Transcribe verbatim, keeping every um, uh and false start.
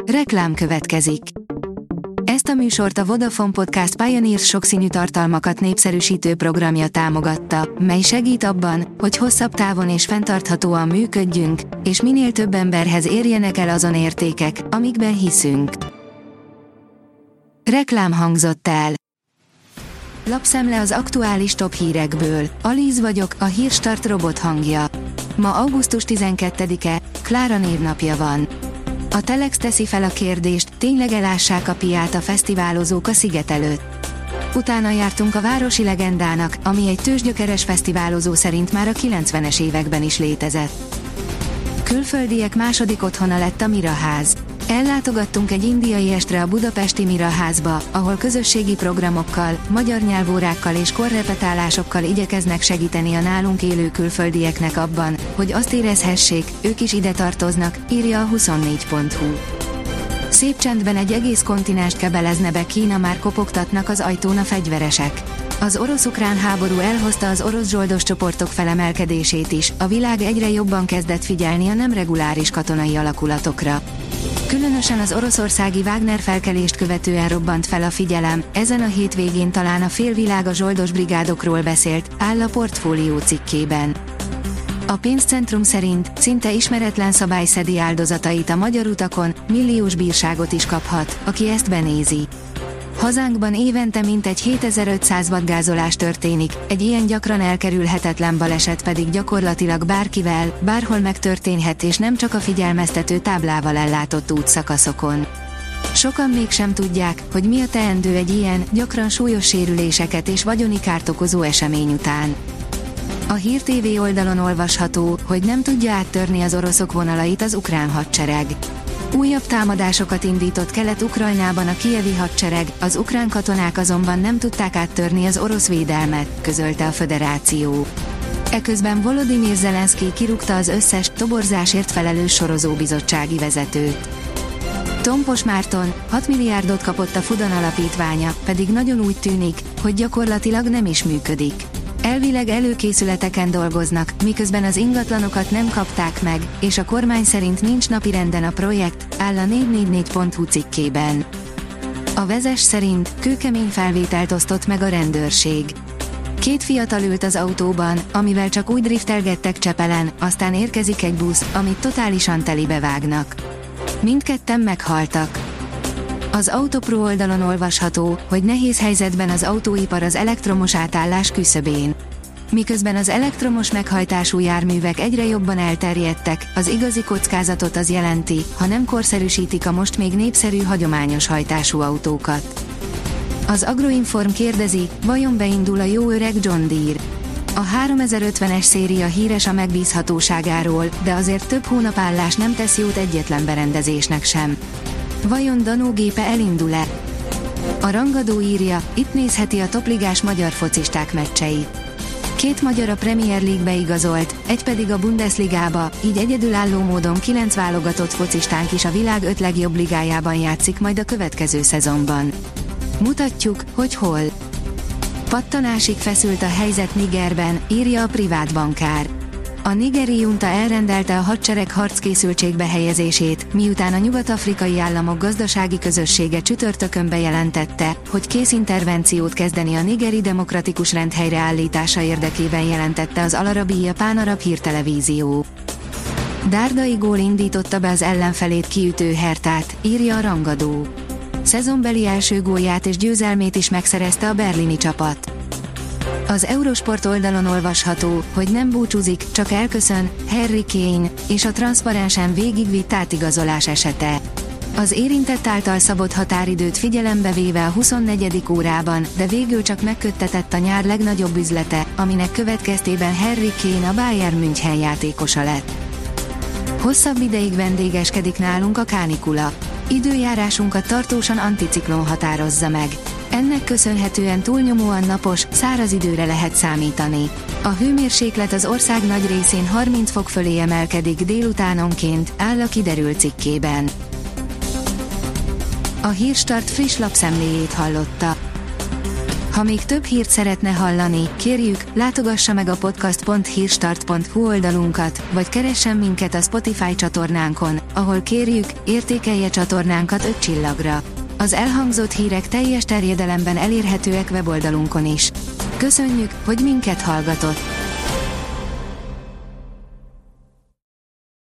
Reklám következik. Ezt a műsort a Vodafone Podcast Pioneers sokszínű tartalmakat népszerűsítő programja támogatta, mely segít abban, hogy hosszabb távon és fenntarthatóan működjünk, és minél több emberhez érjenek el azon értékek, amikben hiszünk. Reklám hangzott el. Lapszemle az aktuális top hírekből. Alíz vagyok, a Hírstart robot hangja. Ma augusztus tizenkettedike, Klára névnapja van. A Telex teszi fel a kérdést, tényleg elássák a piát a fesztiválozók a sziget előtt. Utána jártunk a városi legendának, ami egy tőzsgyökeres fesztiválozó szerint már a kilencvenes években is létezett. Külföldiek második otthona lett a Miraház. Ellátogattunk egy indiai estre a budapesti Miraházba, ahol közösségi programokkal, magyar nyelvórákkal és korrepetálásokkal igyekeznek segíteni a nálunk élő külföldieknek abban, hogy azt érezhessék, ők is ide tartoznak, írja a huszonnégy pont hu. Szép csendben egy egész kontinenst kebelezne be Kína, már kopogtatnak az ajtón a fegyveresek. Az orosz-ukrán háború elhozta az orosz zsoldos csoportok felemelkedését is, a világ egyre jobban kezdett figyelni a nem reguláris katonai alakulatokra. Különösen az oroszországi Wagner felkelést követően robbant fel a figyelem, ezen a hétvégén talán a félvilág a zsoldos brigádokról beszélt, áll a Portfólió cikkében. A pénzcentrum szerint szinte ismeretlen szabály szedi áldozatait a magyar utakon, milliós bírságot is kaphat, aki ezt benézi. Hazánkban évente mintegy hétezer-ötszáz vadgázolás történik, egy ilyen gyakran elkerülhetetlen baleset pedig gyakorlatilag bárkivel, bárhol megtörténhet, és nem csak a figyelmeztető táblával ellátott útszakaszokon. Sokan mégsem tudják, hogy mi a teendő egy ilyen, gyakran súlyos sérüléseket és vagyoni kárt okozó esemény után. A Hír té vé oldalon olvasható, hogy nem tudja áttörni az oroszok vonalait az ukrán hadsereg. Újabb támadásokat indított Kelet-Ukrajnában a kijevi hadsereg, az ukrán katonák azonban nem tudták áttörni az orosz védelmet, közölte a föderáció. Eközben Volodymyr Zelenszky kirúgta az összes, toborzásért felelős sorozóbizottsági vezetőt. Tompos Márton hat milliárdot kapott a Fudan alapítványa, pedig nagyon úgy tűnik, hogy gyakorlatilag nem is működik. Elvileg előkészületeken dolgoznak, miközben az ingatlanokat nem kapták meg, és a kormány szerint nincs napirenden a projekt, áll a négy négy négy pont hu cikkében. A Vezes szerint kőkemény felvételt osztott meg a rendőrség. Két fiatal ült az autóban, amivel csak úgy driftelgettek Csepelen, aztán érkezik egy busz, amit totálisan telibe vágnak. Mindketten meghaltak. Az Autopro oldalon olvasható, hogy nehéz helyzetben az autóipar az elektromos átállás küszöbén. Miközben az elektromos meghajtású járművek egyre jobban elterjedtek, az igazi kockázatot az jelenti, ha nem korszerűsítik a most még népszerű hagyományos hajtású autókat. Az Agroinform kérdezi, vajon beindul a jó öreg John Deere? A háromezer-ötvenes széria híres a megbízhatóságáról, de azért több hónap állás nem tesz jót egyetlen berendezésnek sem. Vajon Danó gépe elindul-e? A rangadó írja, itt nézheti a topligás magyar focisták meccseit. Két magyar a Premier League-be igazolt, egy pedig a Bundesligába, így egyedülálló módon kilenc válogatott focistánk is a világ öt legjobb ligájában játszik majd a következő szezonban. Mutatjuk, hogy hol. Pattanásig feszült a helyzet Nigerben, írja a privát bankár. A nigeri junta elrendelte a hadsereg harckészültségbe helyezését, miután a nyugat-afrikai államok gazdasági közössége csütörtökön bejelentette, hogy kész intervenciót kezdeni a nigeri demokratikus rend helyreállítása érdekében, jelentette az Al Arabiya pán-arab hírtelevízió. Dárdai gól indította be az ellenfelét kiütő Hertát, írja a rangadó. Szezonbeli első gólját és győzelmét is megszerezte a berlini csapat. Az Eurosport oldalon olvasható, hogy nem búcsúzik, csak elköszön Harry Kane, és a transzparensen végigvitt átigazolás esete. Az érintett által szabott határidőt figyelembe véve a huszonnegyedik órában, de végül csak megköttetett a nyár legnagyobb üzlete, aminek következtében Harry Kane a Bayern München játékosa lett. Hosszabb ideig vendégeskedik nálunk a kánikula. Időjárásunkat tartósan anticiklon határozza meg. Ennek köszönhetően túlnyomóan napos, száraz időre lehet számítani. A hőmérséklet az ország nagy részén harminc fok fölé emelkedik délutánonként, áll a kiderült cikkében. A Hírstart friss lapszemléjét hallotta. Ha még több hírt szeretne hallani, kérjük, látogassa meg a podcast pont hírstart pont hu oldalunkat, vagy keressen minket a Spotify csatornánkon, ahol kérjük, értékelje csatornánkat öt csillagra. Az elhangzott hírek teljes terjedelemben elérhetőek weboldalunkon is. Köszönjük, hogy minket hallgatott!